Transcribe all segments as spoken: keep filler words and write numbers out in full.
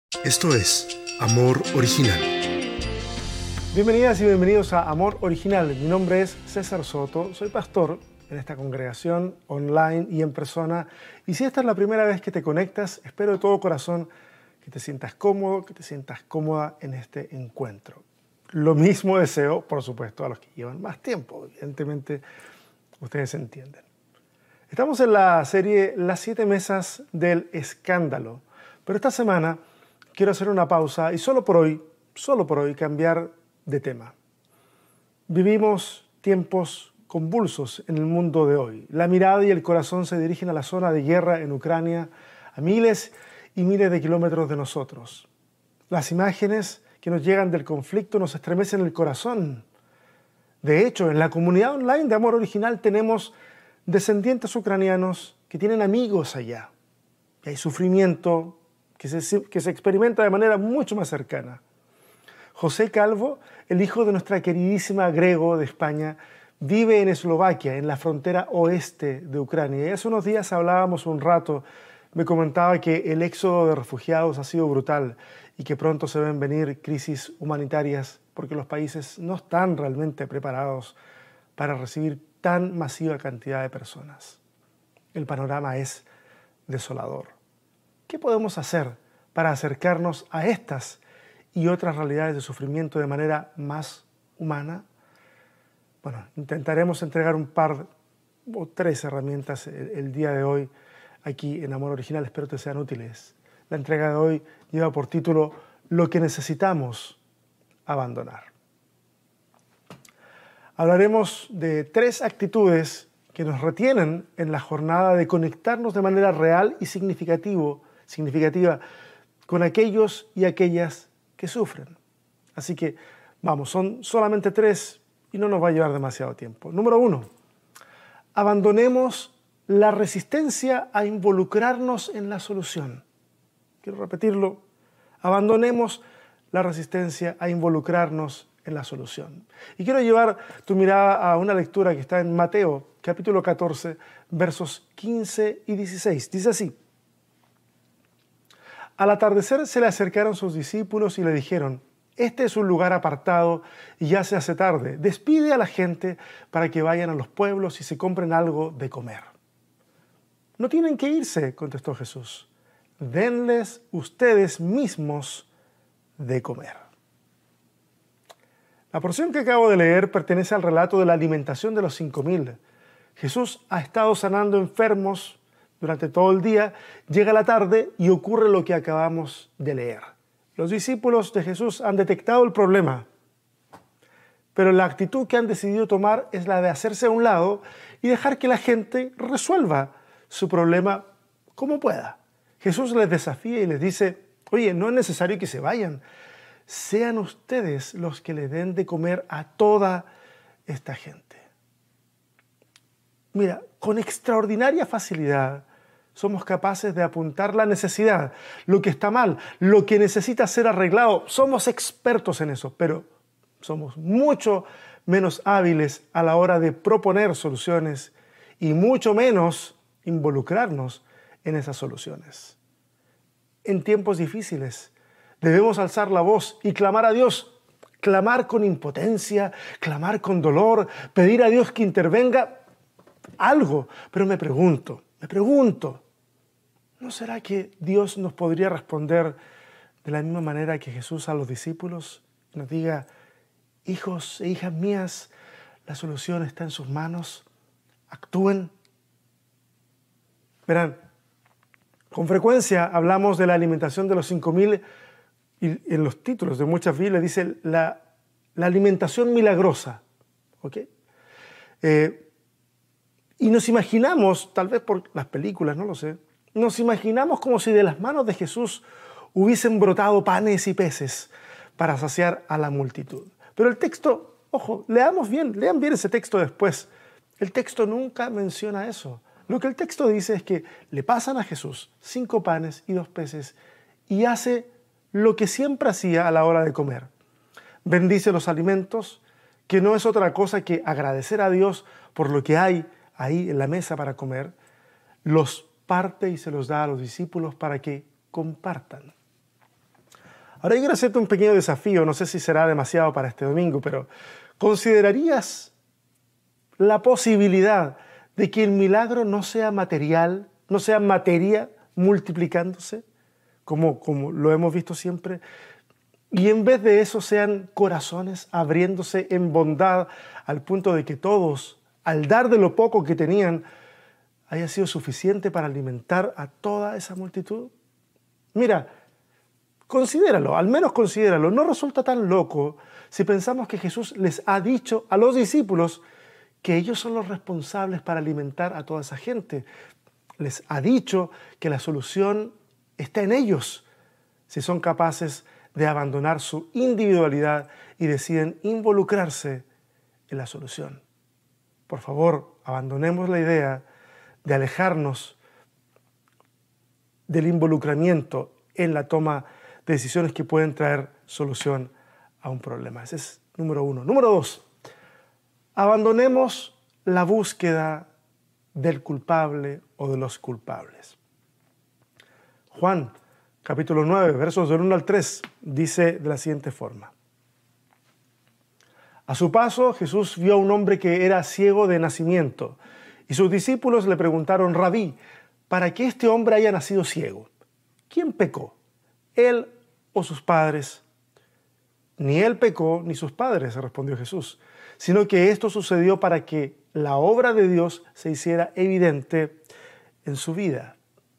Esto es Amor Original. Bienvenidas y bienvenidos a Amor Original. Mi nombre es César Soto, soy pastor en esta congregación online y en persona. Y si esta es la primera vez que te conectas, espero de todo corazón que te sientas cómodo, que te sientas cómoda en este encuentro. Lo mismo deseo, por supuesto, a los que llevan más tiempo. Evidentemente, ustedes entienden. Estamos en la serie Las siete mesas del escándalo. Pero esta semana quiero hacer una pausa y solo por hoy, solo por hoy cambiar de tema. Vivimos tiempos convulsos en el mundo de hoy. La mirada y el corazón se dirigen a la zona de guerra en Ucrania, a miles y miles de kilómetros de nosotros. Las imágenes que nos llegan del conflicto nos estremecen el corazón. De hecho, en la comunidad online de Amor Original tenemos descendientes ucranianos que tienen amigos allá. Y hay sufrimiento que se, que se experimenta de manera mucho más cercana. José Calvo, el hijo de nuestra queridísima Grego de España, vive en Eslovaquia, en la frontera oeste de Ucrania. Y hace unos días hablábamos un rato, me comentaba que el éxodo de refugiados ha sido brutal y que pronto se ven venir crisis humanitarias porque los países no están realmente preparados para recibir tan masiva cantidad de personas. El panorama es desolador. ¿Qué podemos hacer para acercarnos a estas y otras realidades de sufrimiento de manera más humana? Bueno, intentaremos entregar un par o tres herramientas el, el día de hoy aquí en Amor Original. Espero que te sean útiles. La entrega de hoy lleva por título Lo que necesitamos abandonar. Hablaremos de tres actitudes que nos retienen en la jornada de conectarnos de manera real y significativo significativa con aquellos y aquellas que sufren. Así que, vamos, son solamente tres y no nos va a llevar demasiado tiempo. Número uno, abandonemos la resistencia a involucrarnos en la solución. Quiero repetirlo, abandonemos la resistencia a involucrarnos en la solución. Y quiero llevar tu mirada a una lectura que está en Mateo, capítulo catorce, versos quince y dieciséis. Dice así: Al atardecer se le acercaron sus discípulos y le dijeron: Este es un lugar apartado y ya se hace tarde. Despide a la gente para que vayan a los pueblos y se compren algo de comer. No tienen que irse, contestó Jesús. Denles ustedes mismos de comer. La porción que acabo de leer pertenece al relato de la alimentación de los cinco mil. Jesús ha estado sanando enfermos durante todo el día, llega la tarde y ocurre lo que acabamos de leer. Los discípulos de Jesús han detectado el problema, pero la actitud que han decidido tomar es la de hacerse a un lado y dejar que la gente resuelva su problema como pueda. Jesús les desafía y les dice: oye, no es necesario que se vayan, sean ustedes los que le den de comer a toda esta gente. Mira, con extraordinaria facilidad somos capaces de apuntar la necesidad, lo que está mal, lo que necesita ser arreglado. Somos expertos en eso, pero somos mucho menos hábiles a la hora de proponer soluciones y mucho menos involucrarnos en esas soluciones. En tiempos difíciles debemos alzar la voz y clamar a Dios, clamar con impotencia, clamar con dolor, pedir a Dios que intervenga algo. Pero me pregunto, me pregunto, ¿no será que Dios nos podría responder de la misma manera que Jesús a los discípulos? Nos diga: hijos e hijas mías, la solución está en sus manos, actúen. Verán, con frecuencia hablamos de la alimentación de los cinco mil y en los títulos de muchas Biblias dice la, la alimentación milagrosa. ¿Ok? Eh, y nos imaginamos, tal vez por las películas, no lo sé, nos imaginamos como si de las manos de Jesús hubiesen brotado panes y peces para saciar a la multitud. Pero el texto, ojo, leamos bien, lean bien ese texto después. El texto nunca menciona eso. Lo que el texto dice es que le pasan a Jesús cinco panes y dos peces y hace lo que siempre hacía a la hora de comer. Bendice los alimentos, que no es otra cosa que agradecer a Dios por lo que hay ahí en la mesa para comer, los parte y se los da a los discípulos para que compartan. Ahora yo quiero hacerte un pequeño desafío, no sé si será demasiado para este domingo, pero ¿considerarías la posibilidad de que el milagro no sea material, no sea materia multiplicándose, como, como lo hemos visto siempre? Y en vez de eso sean corazones abriéndose en bondad al punto de que todos, al dar de lo poco que tenían, haya sido suficiente para alimentar a toda esa multitud. Mira, considéralo, al menos considéralo. No resulta tan loco si pensamos que Jesús les ha dicho a los discípulos que ellos son los responsables para alimentar a toda esa gente. Les ha dicho que la solución está en ellos, si son capaces de abandonar su individualidad y deciden involucrarse en la solución. Por favor, abandonemos la idea de alejarnos del involucramiento en la toma de decisiones que pueden traer solución a un problema. Ese es número uno. Número dos, abandonemos la búsqueda del culpable o de los culpables. Juan, capítulo nueve, versos del uno al tres, dice de la siguiente forma. A su paso, Jesús vio a un hombre que era ciego de nacimiento, y sus discípulos le preguntaron: Rabí, ¿para qué este hombre haya nacido ciego? ¿Quién pecó, él o sus padres? Ni él pecó ni sus padres, respondió Jesús, sino que esto sucedió para que la obra de Dios se hiciera evidente en su vida.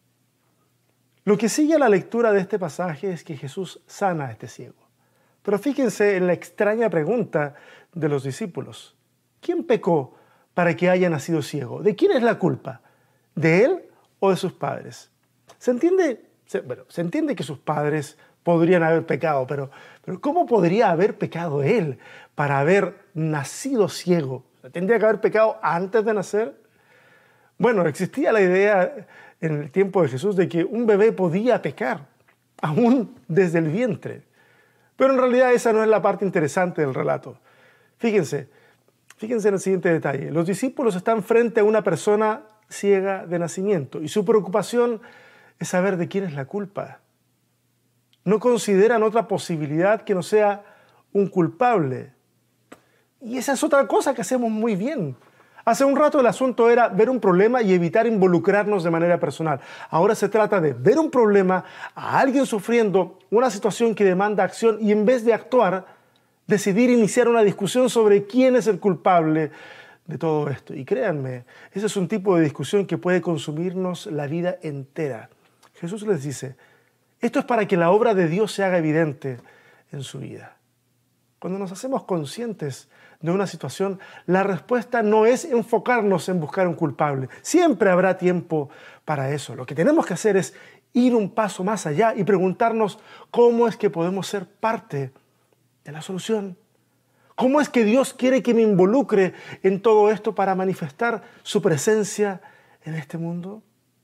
Lo que sigue a la lectura de este pasaje es que Jesús sana a este ciego. Pero fíjense en la extraña pregunta de los discípulos. ¿Quién pecó para que haya nacido ciego? ¿De quién es la culpa? ¿De él o de sus padres? Se entiende, se, bueno, se entiende que sus padres podrían haber pecado, pero, pero ¿cómo podría haber pecado él para haber nacido ciego? ¿Tendría que haber pecado antes de nacer? Bueno, existía la idea en el tiempo de Jesús de que un bebé podía pecar, aún desde el vientre. Pero en realidad esa no es la parte interesante del relato. Fíjense, fíjense en el siguiente detalle. Los discípulos están frente a una persona ciega de nacimiento y su preocupación es saber de quién es la culpa. No consideran otra posibilidad que no sea un culpable. Y esa es otra cosa que hacemos muy bien. Hace un rato el asunto era ver un problema y evitar involucrarnos de manera personal. Ahora se trata de ver un problema, a alguien sufriendo, una situación que demanda acción y en vez de actuar, decidir iniciar una discusión sobre quién es el culpable de todo esto. Y créanme, ese es un tipo de discusión que puede consumirnos la vida entera. Jesús les dice, esto es para que la obra de Dios se haga evidente en su vida. Cuando nos hacemos conscientes de una situación, la respuesta no es enfocarnos en buscar un culpable. Siempre habrá tiempo para eso. Lo que tenemos que hacer es ir un paso más allá y preguntarnos cómo es que podemos ser parte de la solución. ¿Cómo es que Dios quiere que me involucre en todo esto para manifestar su presencia en este mundo?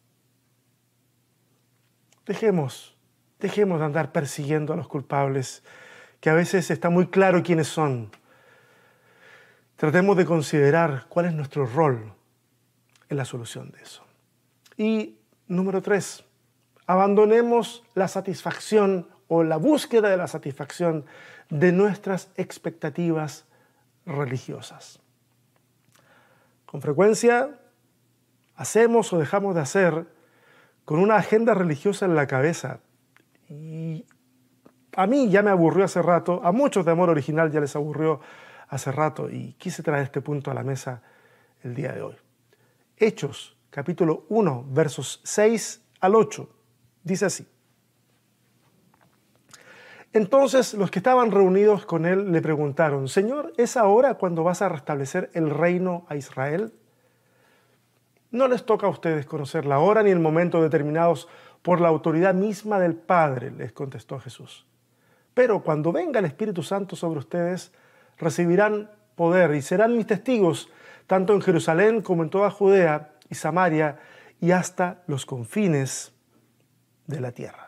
Dejemos, dejemos de andar persiguiendo a los culpables, que a veces está muy claro quiénes son. Tratemos de considerar cuál es nuestro rol en la solución de eso. Y número tres, abandonemos la satisfacción o la búsqueda de la satisfacción de nuestras expectativas religiosas. Con frecuencia hacemos o dejamos de hacer con una agenda religiosa en la cabeza. Y a mí ya me aburrió hace rato, a muchos de Amor Original ya les aburrió hace rato y quise traer este punto a la mesa el día de hoy. Hechos, capítulo uno, versos seis al ocho, dice así. Entonces los que estaban reunidos con él le preguntaron, Señor, ¿es ahora cuando vas a restablecer el reino a Israel? No les toca a ustedes conocer la hora ni el momento determinados por la autoridad misma del Padre, les contestó Jesús. Pero cuando venga el Espíritu Santo sobre ustedes, recibirán poder y serán mis testigos, tanto en Jerusalén como en toda Judea y Samaria y hasta los confines de la tierra.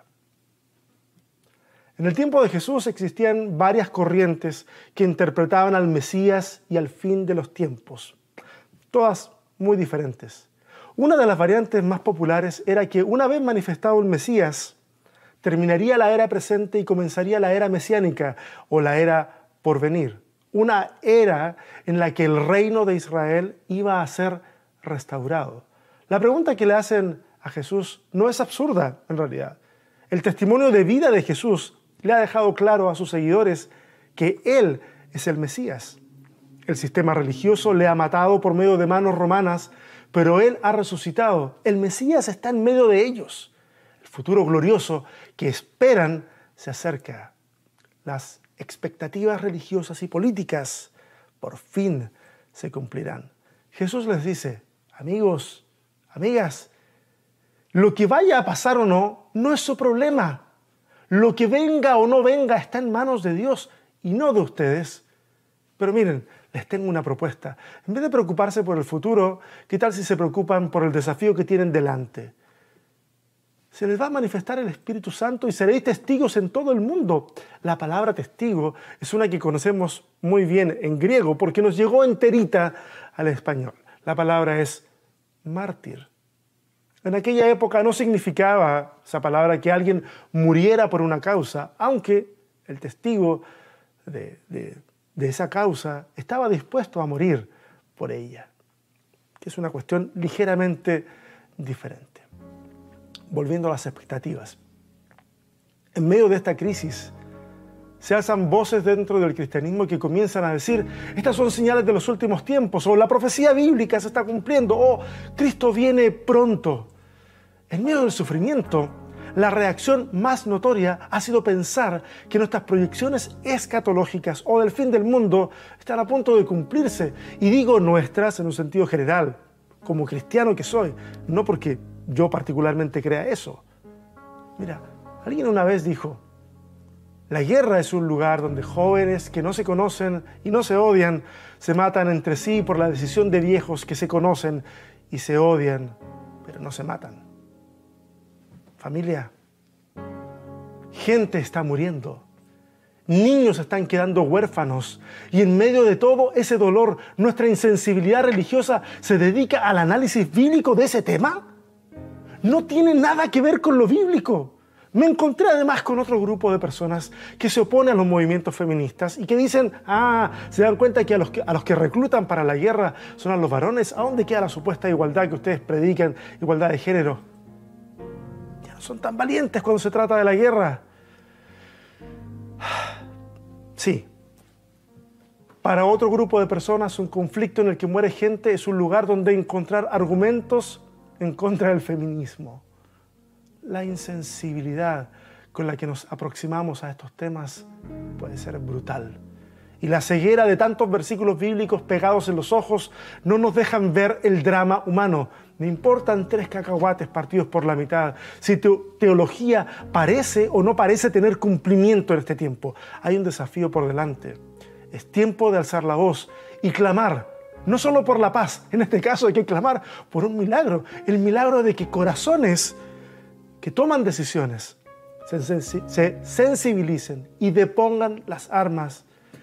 En el tiempo de Jesús existían varias corrientes que interpretaban al Mesías y al fin de los tiempos, todas muy diferentes. Una de las variantes más populares era que una vez manifestado el Mesías, Terminaría la era presente y comenzaría la era mesiánica o la era por venir. Una era en la que el reino de Israel iba a ser restaurado. La pregunta que le hacen a Jesús no es absurda en realidad. El testimonio de vida de Jesús le ha dejado claro a sus seguidores que Él es el Mesías. El sistema religioso le ha matado por medio de manos romanas, pero Él ha resucitado. El Mesías está en medio de ellos. El futuro glorioso que esperan se acerca. Las expectativas religiosas y políticas por fin se cumplirán. Jesús les dice, amigos, amigas, lo que vaya a pasar o no, no es su problema. Lo que venga o no venga está en manos de Dios y no de ustedes. Pero miren, les tengo una propuesta. En vez de preocuparse por el futuro, ¿qué tal si se preocupan por el desafío que tienen delante? Se les va a manifestar el Espíritu Santo y seréis testigos en todo el mundo. La palabra testigo es una que conocemos muy bien en griego porque nos llegó enterita al español. La palabra es mártir. En aquella época no significaba esa palabra que alguien muriera por una causa, aunque el testigo de, de, de esa causa estaba dispuesto a morir por ella, que es una cuestión ligeramente diferente. Volviendo a las expectativas. En medio de esta crisis, se alzan voces dentro del cristianismo que comienzan a decir, estas son señales de los últimos tiempos, o la profecía bíblica se está cumpliendo, o Cristo viene pronto. En medio del sufrimiento, la reacción más notoria ha sido pensar que nuestras proyecciones escatológicas o del fin del mundo están a punto de cumplirse. Y digo nuestras en un sentido general, como cristiano que soy, no porque yo particularmente crea eso. Mira, alguien una vez dijo, la guerra es un lugar donde jóvenes que no se conocen y no se odian se matan entre sí por la decisión de viejos que se conocen y se odian, pero no se matan. Familia, gente está muriendo, niños están quedando huérfanos y en medio de todo ese dolor, nuestra insensibilidad religiosa se dedica al análisis bíblico de ese tema. No tiene nada que ver con lo bíblico. Me encontré además con otro grupo de personas que se oponen a los movimientos feministas y que dicen, ah, se dan cuenta que a los que, a los que reclutan para la guerra son a los varones. ¿A dónde queda la supuesta igualdad que ustedes predican, igualdad de género? Ya no son tan valientes cuando se trata de la guerra. Sí. Para otro grupo de personas, un conflicto en el que muere gente es un lugar donde encontrar argumentos en contra del feminismo. La insensibilidad con la que nos aproximamos a estos temas puede ser brutal. Y la ceguera de tantos versículos bíblicos pegados en los ojos no nos dejan ver el drama humano. Me importan tres cacahuates partidos por la mitad. Si tu teología parece o no parece tener cumplimiento en este tiempo, hay un desafío por delante. Es tiempo de alzar la voz y clamar. No solo por la paz, en este caso hay que clamar por un milagro, el milagro de que corazones que toman decisiones se, sensi- se sensibilicen y depongan las armas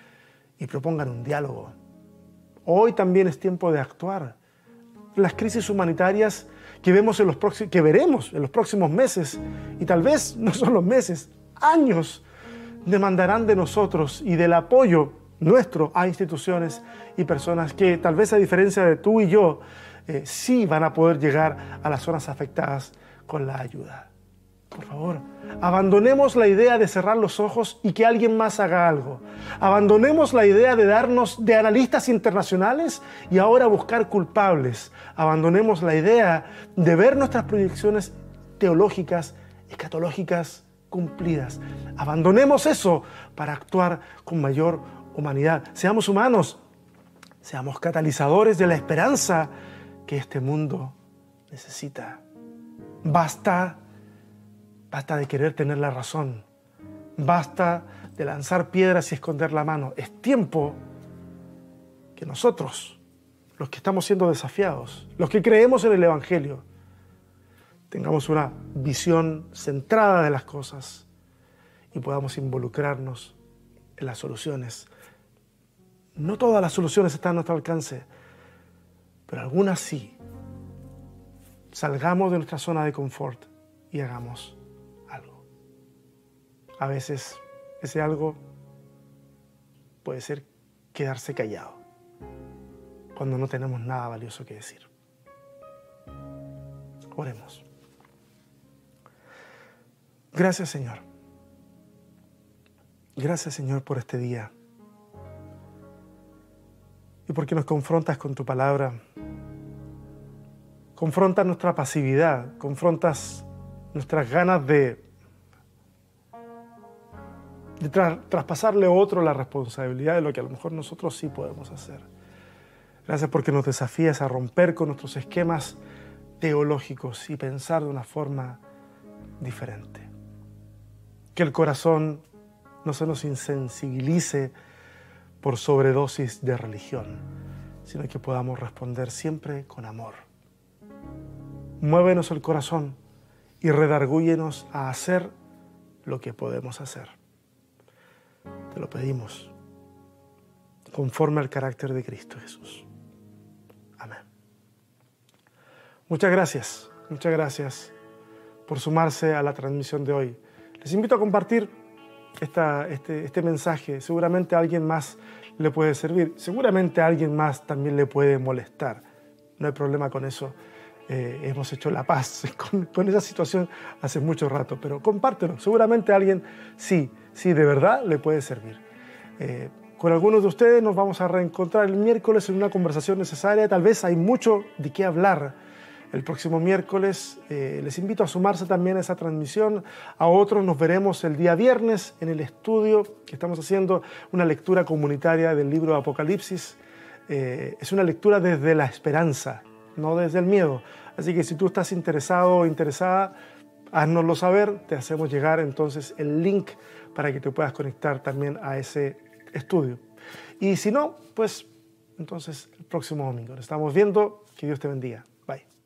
y propongan un diálogo. Hoy también es tiempo de actuar. Las crisis humanitarias que, vemos en los próximos, que veremos en los próximos meses, y tal vez no solo meses, años, demandarán de nosotros y del apoyo nuestro a instituciones y personas que tal vez a diferencia de tú y yo, eh, sí van a poder llegar a las zonas afectadas con la ayuda. Por favor, abandonemos la idea de cerrar los ojos y que alguien más haga algo. Abandonemos la idea de darnos de analistas internacionales y ahora buscar culpables. Abandonemos la idea de ver nuestras proyecciones teológicas, escatológicas cumplidas. Abandonemos eso para actuar con mayor humanidad. Seamos humanos, seamos catalizadores de la esperanza que este mundo necesita. Basta, basta de querer tener la razón. Basta de lanzar piedras y esconder la mano. Es tiempo que nosotros, los que estamos siendo desafiados, los que creemos en el Evangelio, tengamos una visión centrada de las cosas y podamos involucrarnos en las soluciones. No todas las soluciones están a nuestro alcance, pero algunas sí. Salgamos de nuestra zona de confort y hagamos algo. A veces ese algo puede ser quedarse callado cuando no tenemos nada valioso que decir. Oremos. Gracias, Señor. Gracias, Señor, por este día. Y porque nos confrontas con tu palabra. Confrontas nuestra pasividad, confrontas nuestras ganas de, de tra- traspasarle a otro la responsabilidad de lo que a lo mejor nosotros sí podemos hacer. Gracias porque nos desafías a romper con nuestros esquemas teológicos y pensar de una forma diferente. Que el corazón no se nos insensibilice por sobredosis de religión, sino que podamos responder siempre con amor. Muévenos el corazón y redargúyenos a hacer lo que podemos hacer. Te lo pedimos, conforme al carácter de Cristo Jesús. Amén. Muchas gracias, muchas gracias por sumarse a la transmisión de hoy. Les invito a compartir esta, este, este mensaje. Seguramente a alguien más le puede servir. Seguramente a alguien más también le puede molestar. No hay problema con eso. Eh, hemos hecho la paz con, con esa situación hace mucho rato. Pero compártelo. Seguramente a alguien sí, sí, de verdad le puede servir. Eh, con algunos de ustedes nos vamos a reencontrar el miércoles en una conversación necesaria. Tal vez hay mucho de qué hablar. El próximo miércoles eh, les invito a sumarse también a esa transmisión. A otros nos veremos el día viernes en el estudio que estamos haciendo, una lectura comunitaria del libro de Apocalipsis. Eh, es una lectura desde la esperanza, no desde el miedo. Así que si tú estás interesado o interesada, háznoslo saber. Te hacemos llegar entonces el link para que te puedas conectar también a ese estudio. Y si no, pues entonces el próximo domingo. Nos estamos viendo. Que Dios te bendiga. Bye.